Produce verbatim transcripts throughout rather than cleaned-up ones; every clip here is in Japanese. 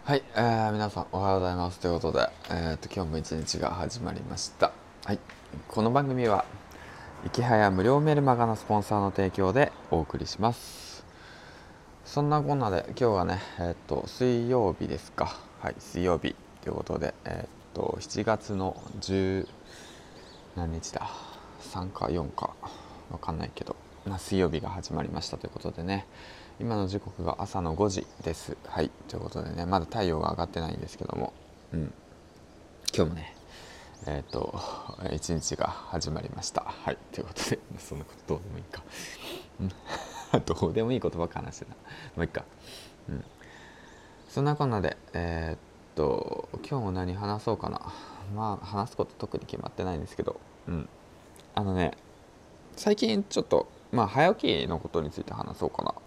はい、えー、皆さんおはようございますということで、えー、と今日も一日が始まりました。はい、この番組は池早無料メルマガのスポンサーの提供でお送りします。そんなこんなで今日はね、えー、と水曜日ですか。はい、水曜日ということで、えー、としちがつのじゅう何日ださんかよんかわかんないけど、まあ、水曜日が始まりましたということでね、今の時刻が朝のごじです。はい、ということでね、まだ太陽が上がってないんですけども、うん、今日もね、えっ、ー、と一日が始まりました。はい、ということで、そんなことどうでもいいか、うん、どうでもいいことばっか話してた。もういいか、うん、そんなこんなで、えっ、ー、と今日も何話そうかな。まあ話すこと特に決まってないんですけど、うん、あのね、最近ちょっとまあ早起きのことについて話そうかな。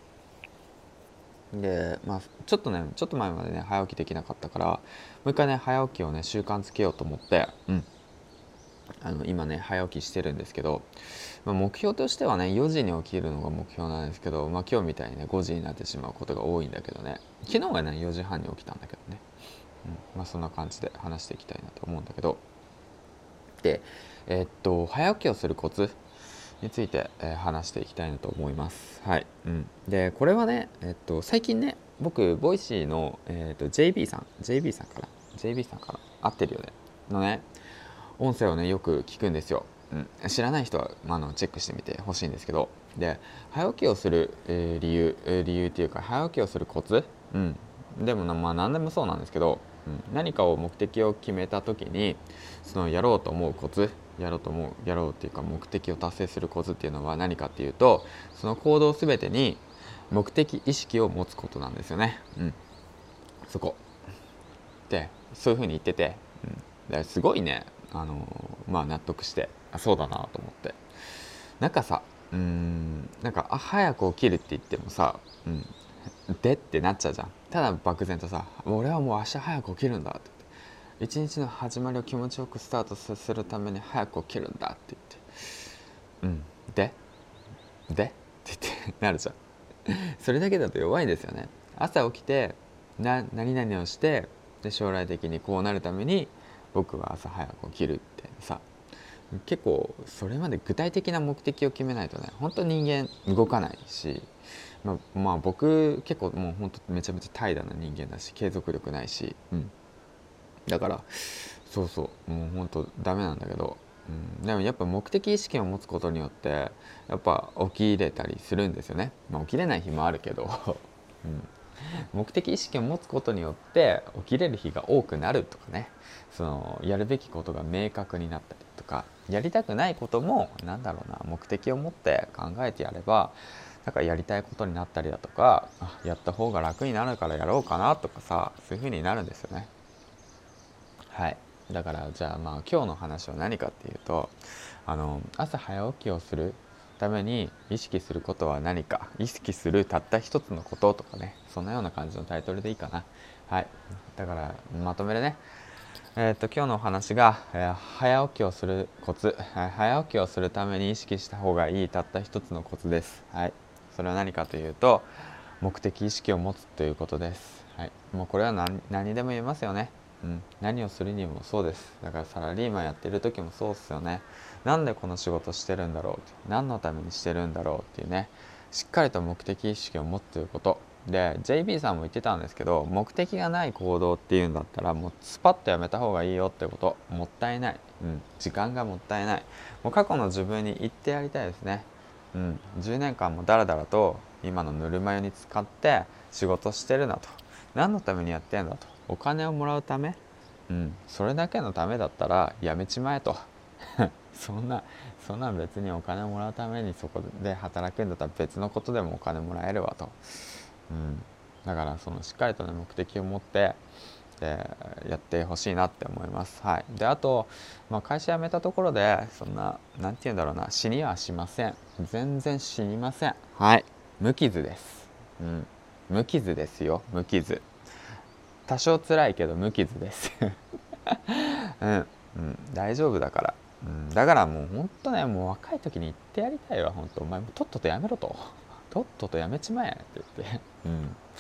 うん、でまあちょっとねちょっと前までね早起きできなかったから、もう一回ね早起きをね習慣つけようと思って、うん、あの今ね早起きしてるんですけど、まあ、目標としてはねよじに起きるのが目標なんですけど、まあ、今日みたいにねごじになってしまうことが多いんだけどね、昨日はねよじはんに起きたんだけどね、うん、まあそんな感じで話していきたいなと思うんだけど、でえーっと早起きをするコツについて、えー話していきたいなと思います。はい、うん、でこれはね、えっと、最近ね僕ボイシーの、えー、と ジェイビー さん ジェイビー さんから ジェイビー さんから合ってるよねのね音声をねよく聞くんですよ。うん、知らない人は、まあ、のチェックしてみてほしいんですけど、で早起きをする、えー理由、えー理由っていうか早起きをするコツ、うん、でもなまあ何でもそうなんですけど、うん、何かを目的を決めた時にそのやろうと思うコツ、やろうと思うやろうっていうか目的を達成するコツっていうのは何かっていうと、その行動すべてに目的意識を持つことなんですよね。うん、そこでそういうふうに言ってて、うん、ですごいね、あのーまあ納得して、あそうだなと思って、なんかさ、うーんなんかあ早く起きるって言ってもさ、うん、でってなっちゃうじゃん。ただ漠然とさ俺はもう明日早く起きるんだって言って、一日の始まりを気持ちよくスタートさせるために早く起きるんだって言って、うんででって言ってなるじゃん。それだけだと弱いですよね。朝起きてな何々をして、で将来的にこうなるために僕は朝早く起きるってさ、結構それまで具体的な目的を決めないとね本当人間動かないし、まあ、まあ僕結構もう本当めちゃめちゃ怠惰な人間だし継続力ないし、うん、だからそうそうもう本当ダメなんだけど、うん、でもやっぱ目的意識を持つことによってやっぱ起きれたりするんですよね。まあ、起きれない日もあるけど、うん、目的意識を持つことによって起きれる日が多くなるとかね、そのやるべきことが明確になったりとか、やりたくないこともなんだろうな目的を持って考えてやればなんかやりたいことになったりだとか、あやった方が楽になるからやろうかなとかさ、そういう風になるんですよね。はい、だからじゃあまあ今日の話は何かっていうと、あの朝早起きをするために意識することは何か、意識するたった一つのこととかね、そんなような感じのタイトルでいいかな。はい、だからまとめるね、えー、っと今日のお話が、えー早起きをするコツ、はい早起きをするために意識した方がいいたった一つのコツです。はい、それは何かというと目的意識を持つということです。はい、もうこれは 何, 何でも言えますよね。うん、何をするにもそうです。だからサラリーマンやってる時もそうですよね。なんでこの仕事してるんだろうって、何のためにしてるんだろうっていうね、しっかりと目的意識を持つということで、 ジェイビー さんも言ってたんですけど、目的がない行動っていうんだったらもうスパッとやめた方がいいよってこと。もったいない、うん、時間がもったいない。もう過去の自分に言ってやりたいですね。うん、じゅうねんかんもダラダラと今のぬるま湯に使って仕事してるなと、何のためにやってんだと、お金をもらうため、うん、それだけのためだったらやめちまえとそんなそんな別にお金をもらうためにそこで働くんだったら別のことでもお金もらえるわと、うん、だからそのしっかりとね目的を持ってでやってほしいなって思います。はい、であと、まあ、会社辞めたところでそんななんて言うんだろうな、死にはしません。全然死にません。はい、無傷です。うん、無傷ですよ、無傷。多少辛いけど無傷ですうん、うん、大丈夫だから、うん、だからもうほんとね、もう若い時に言ってやりたいわ。ほんとお前もとっととやめろと、とっととやめちまえって言ってうん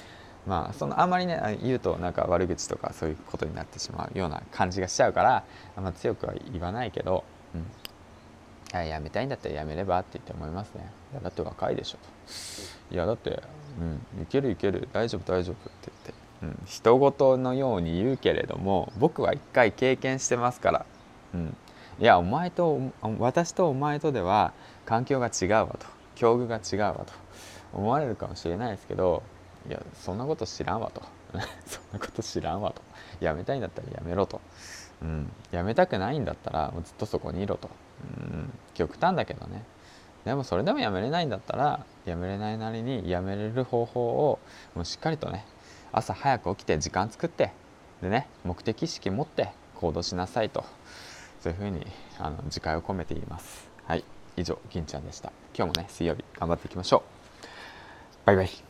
まあそのあんまりね言うとなんか悪口とかそういうことになってしまうような感じがしちゃうからあんま強くは言わないけど、うん、やめたいんだったらやめればって言って思いますね。いやだって若いでしょと。いやだって、うん、いけるいける大丈夫大丈夫って言って、うん、人事のように言うけれども僕は一回経験してますから、うん、いやお前と私とお前とでは環境が違うわと境遇が違うわと思われるかもしれないですけど、いやそんなこと知らんわとそんなこと知らんわと、やめたいんだったらやめろと、うん、やめたくないんだったらもうずっとそこにいろと、うん、極端だけどね。でもそれでもやめれないんだったらやめれないなりにやめれる方法をもうしっかりとね朝早く起きて時間作ってでね目的意識持って行動しなさいと、そういうふうにあの自戒を込めて言います。はい、以上銀ちゃんでした。今日もね水曜日頑張っていきましょう。バイバイ。